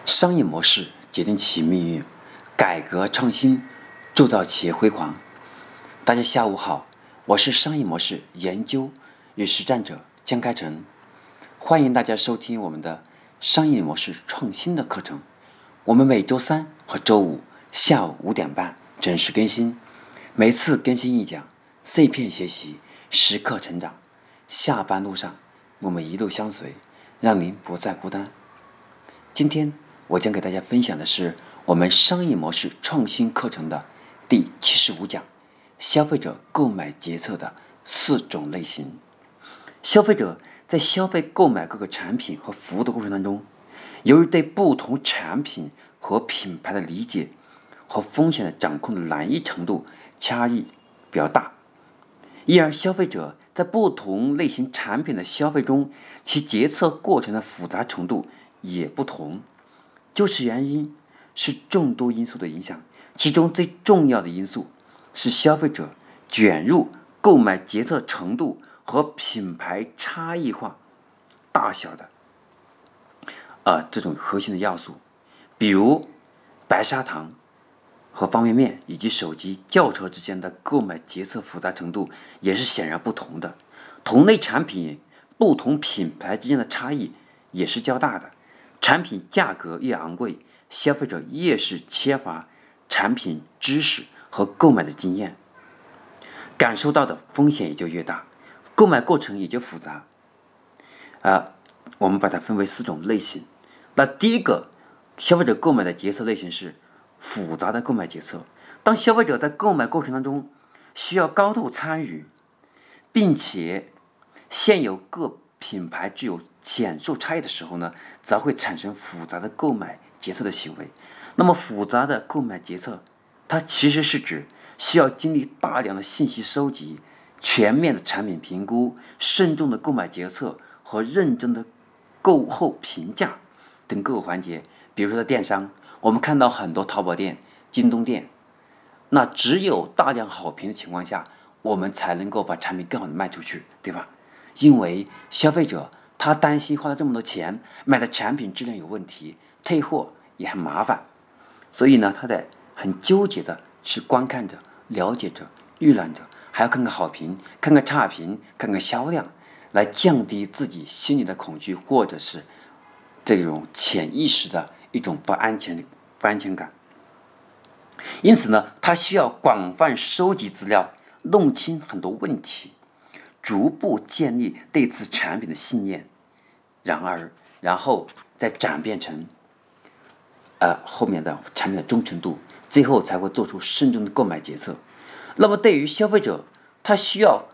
商业模式决定企业命运，改革创新铸造企业辉煌。大家下午好，我是商业模式研究与实战者江开成，欢迎大家收听我们的商业模式创新的课程。我们每周三和周五下午5点半准时更新，每次更新一讲，碎片学习，时刻成长。下班路上，我们一路相随，让您不再孤单。今天我将给大家分享的是我们商业模式创新课程的第75讲，消费者购买决策的4种类型。消费者在消费购买各个产品和服务的过程当中，由于对不同产品和品牌的理解和风险的掌控的难易程度差异比较大，因而消费者在不同类型产品的消费中，其决策过程的复杂程度也不同。究其原因是众多因素的影响，其中最重要的因素是消费者卷入购买决策程度和品牌差异化大小的这种核心的要素。比如白砂糖和方便面以及手机、轿车之间的购买决策复杂程度也是显然不同的。同类产品不同品牌之间的差异也是较大的。产品价格越昂贵，消费者越是缺乏产品知识和购买的经验，感受到的风险也就越大，购买过程也就复杂。我们把它分为4种类型。那第一个消费者购买的决策类型是复杂的购买决策。当消费者在购买过程当中需要高度参与，并且现有各品牌具有显著差异的时候呢，则会产生复杂的购买决策的行为。那么复杂的购买决策，它其实是指需要经历大量的信息收集、全面的产品评估、慎重的购买决策和认真的购后评价等各个环节。比如说在电商，我们看到很多淘宝店、京东店，那只有大量好评的情况下，我们才能够把产品更好的卖出去，对吧？因为消费者他担心花了这么多钱买的产品质量有问题，退货也很麻烦，所以呢，他得很纠结的去观看着、了解着、预览着，还要看看好评、看看差评、看看销量，来降低自己心里的恐惧，或者是这种潜意识的一种不安全感。因此呢，他需要广泛收集资料，弄清很多问题，逐步建立对此产品的信念，然后再转变成后面的产品的忠诚度，最后才会做出慎重的购买决策。那么对于消费者他需要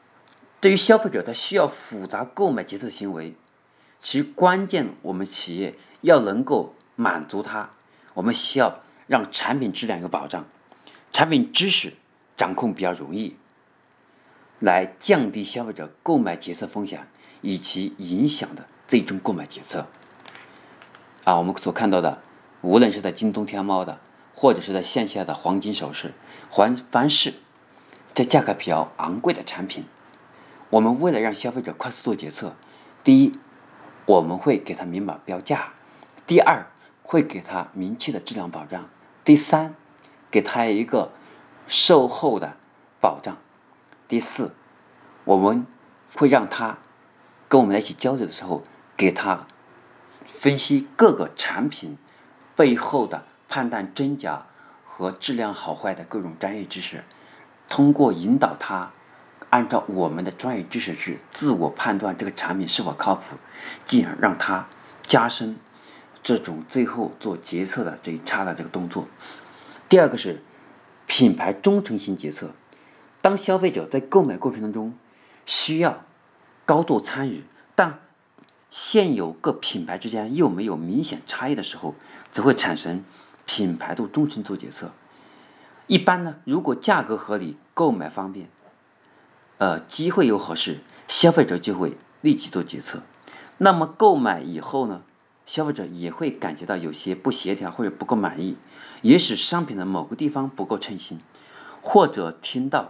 复杂购买决策行为，其关键我们企业要能够满足它，我们需要让产品质量有保障，产品知识掌控比较容易，来降低消费者购买决策风险以及影响的最终购买决策。我们所看到的，无论是在京东、天猫的，或者是在线下的黄金首饰，凡是在价格比较昂贵的产品，我们为了让消费者快速做决策，第一，我们会给他明码标价；第二，会给他明确的质量保障；第三，给他一个售后的保障；第四，我们会让他跟我们在一起交流的时候，给他分析各个产品背后的判断真假和质量好坏的各种专业知识，通过引导他按照我们的专业知识去自我判断这个产品是否靠谱，进而让他加深这种最后做决策的这一刹那这个动作。第二个是品牌忠诚型决策。当消费者在购买过程当中需要高度参与，但现有各品牌之间又没有明显差异的时候，则会产生品牌度忠诚做决策。一般呢，如果价格合理、购买方便，机会又合适，消费者就会立即做决策。那么购买以后呢，消费者也会感觉到有些不协调或者不够满意，也使商品的某个地方不够称心，或者听到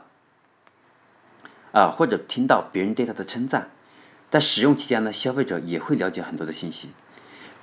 别人对他的称赞。在使用期间呢，消费者也会了解很多的信息，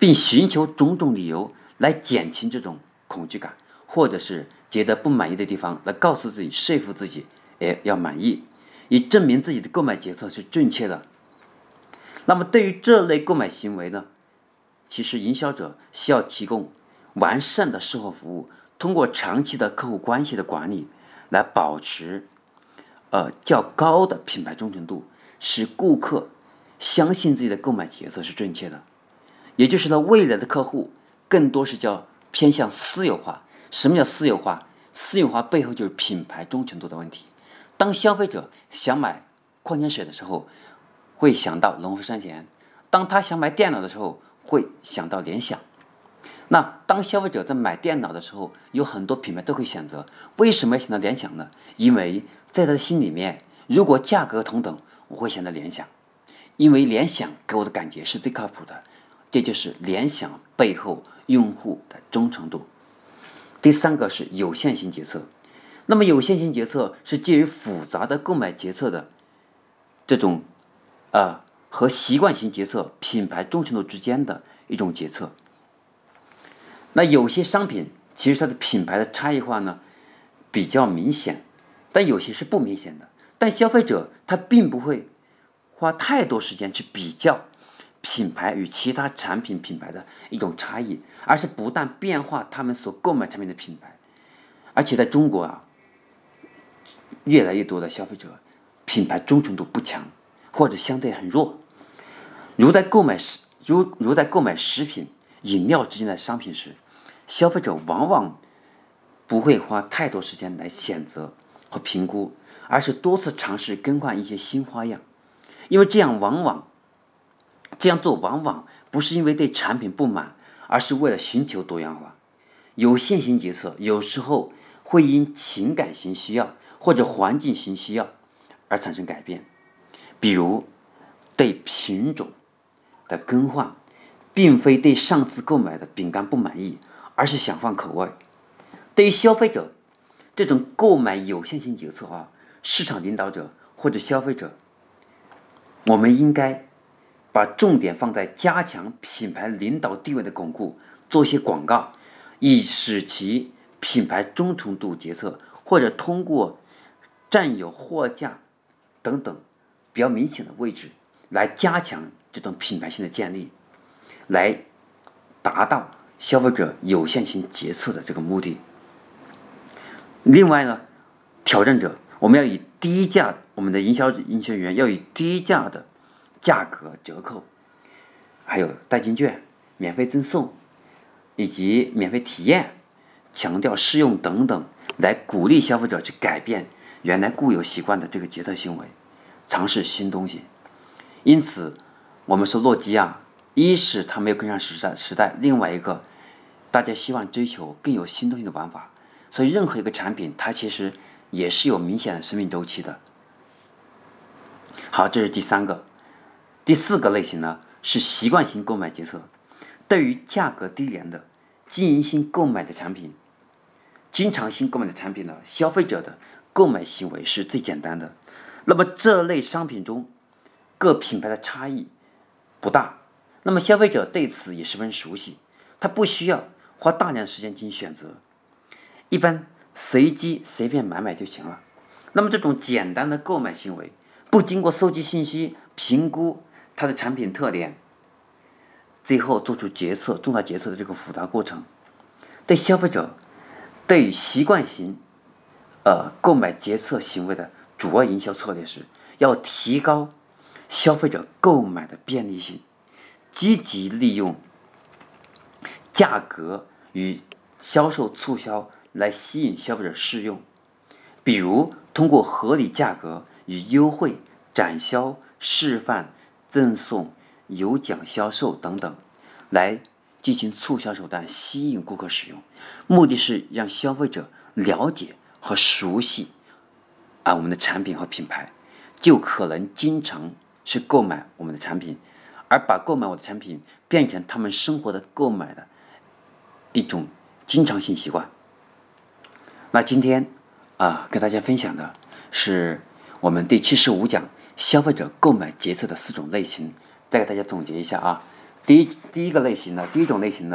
并寻求种种理由来减轻这种恐惧感，或者是觉得不满意的地方，来告诉自己、说服自己，要满意，以证明自己的购买决策是正确的。那么对于这类购买行为呢，其实营销者需要提供完善的售后服务，通过长期的客户关系的管理，来保持较高的品牌忠诚度，使顾客相信自己的购买决策是正确的。也就是呢，未来的客户更多是叫偏向私有化。什么叫私有化？私有化背后就是品牌忠诚度的问题。当消费者想买矿泉水的时候，会想到农夫山泉；当他想买电脑的时候，会想到联想。那当消费者在买电脑的时候，有很多品牌都会选择。为什么要选择联想呢？因为在他的心里面，如果价格同等，我会选择联想，因为联想给我的感觉是最靠谱的。这就是联想背后用户的忠诚度。第三个是有限型决策。那么有限型决策是介于复杂的购买决策的这种和习惯型决策、品牌忠诚度之间的一种决策。那有些商品其实它的品牌的差异化呢比较明显，但有些是不明显的。但消费者他并不会花太多时间去比较品牌与其他产品品牌的一种差异，而是不断变化他们所购买产品的品牌。而且在中国越来越多的消费者品牌忠诚度不强，或者相对很弱。如在购买食品、饮料之间的商品时，消费者往往不会花太多时间来选择和评估，而是多次尝试更换一些新花样。因为这样做往往不是因为对产品不满，而是为了寻求多样化。有限型决策有时候会因情感型需要或者环境型需要而产生改变，比如对品种的更换，并非对上次购买的饼干不满意，而是想换口味。对于消费者这种购买有限型决策市场领导者或者消费者，我们应该把重点放在加强品牌领导地位的巩固，做一些广告，以使其品牌忠诚度决策，或者通过占有货架等等比较明显的位置，来加强这种品牌性的建立，来达到消费者有限型决策的这个目的。另外呢，挑战者我们要以低价，我们的营销人员要以低价的价格折扣，还有代金券、免费赠送以及免费体验、强调试用等等，来鼓励消费者去改变原来固有习惯的这个决策行为，尝试新东西。因此我们说诺基亚，一是它没有跟上时代，另外一个大家希望追求更有新东西的玩法。所以任何一个产品它其实也是有明显的生命周期的。好，这是第三个。第四个类型呢是习惯性购买决策。对于价格低廉的经营性购买的产品，经常性购买的产品呢，消费者的购买行为是最简单的。那么这类商品中各品牌的差异不大，那么消费者对此也十分熟悉，他不需要花大量时间进行选择，一般随机随便买就行了。那么这种简单的购买行为，不经过搜集信息、评估它的产品特点，最后做出重大决策的这个复杂过程，对消费者对于习惯型购买决策行为的主要营销策略是要提高消费者购买的便利性，积极利用价格与销售促销来吸引消费者试用，比如通过合理价格与优惠、展销、示范、赠送、有奖销售等等，来进行促销手段吸引顾客使用，目的是让消费者了解和熟悉我们的产品和品牌，就可能经常是购买我们的产品，而把购买我的产品变成他们生活的购买的一种经常性习惯。那今天跟大家分享的是我们第75讲消费者购买决策的4种类型，再给大家总结一下第一种类型呢，第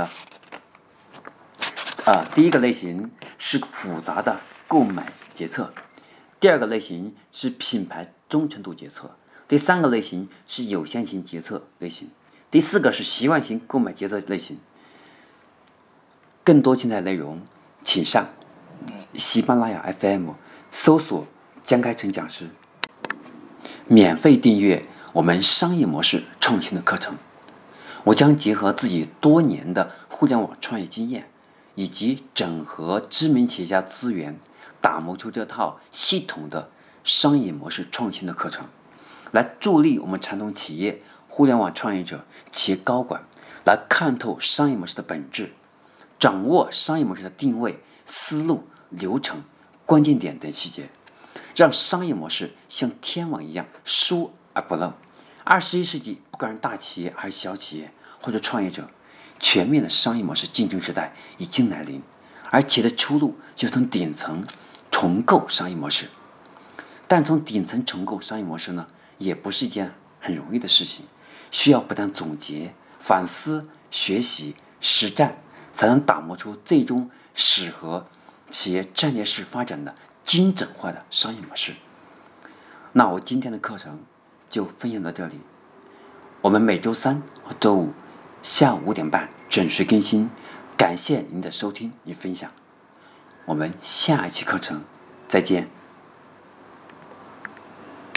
一个类型是复杂的购买决策，第二个类型是品牌忠诚度决策，第三个类型是有限型决策类型，第四个是习惯型购买决策类型。更多精彩内容，请上喜马拉雅 FM 搜索江开成讲师，免费订阅我们商业模式创新的课程。我将结合自己多年的互联网创业经验，以及整合知名企业家资源，打磨出这套系统的商业模式创新的课程，来助力我们传统企业、互联网创业者、企业高管来看透商业模式的本质，掌握商业模式的定位、思路、流程、关键点等细节，让商业模式像天网一样疏而不漏。21世纪，不管是大企业还是小企业或者创业者，全面的商业模式竞争时代已经来临，而企业的出路就从顶层重构商业模式。但从顶层重构商业模式呢，也不是一件很容易的事情，需要不断总结、反思、学习、实战，才能打磨出最终适合企业战略式发展的精准化的商业模式。那我今天的课程就分享到这里，我们每周三和周五下午5点半准时更新，感谢您的收听与分享，我们下一期课程再见。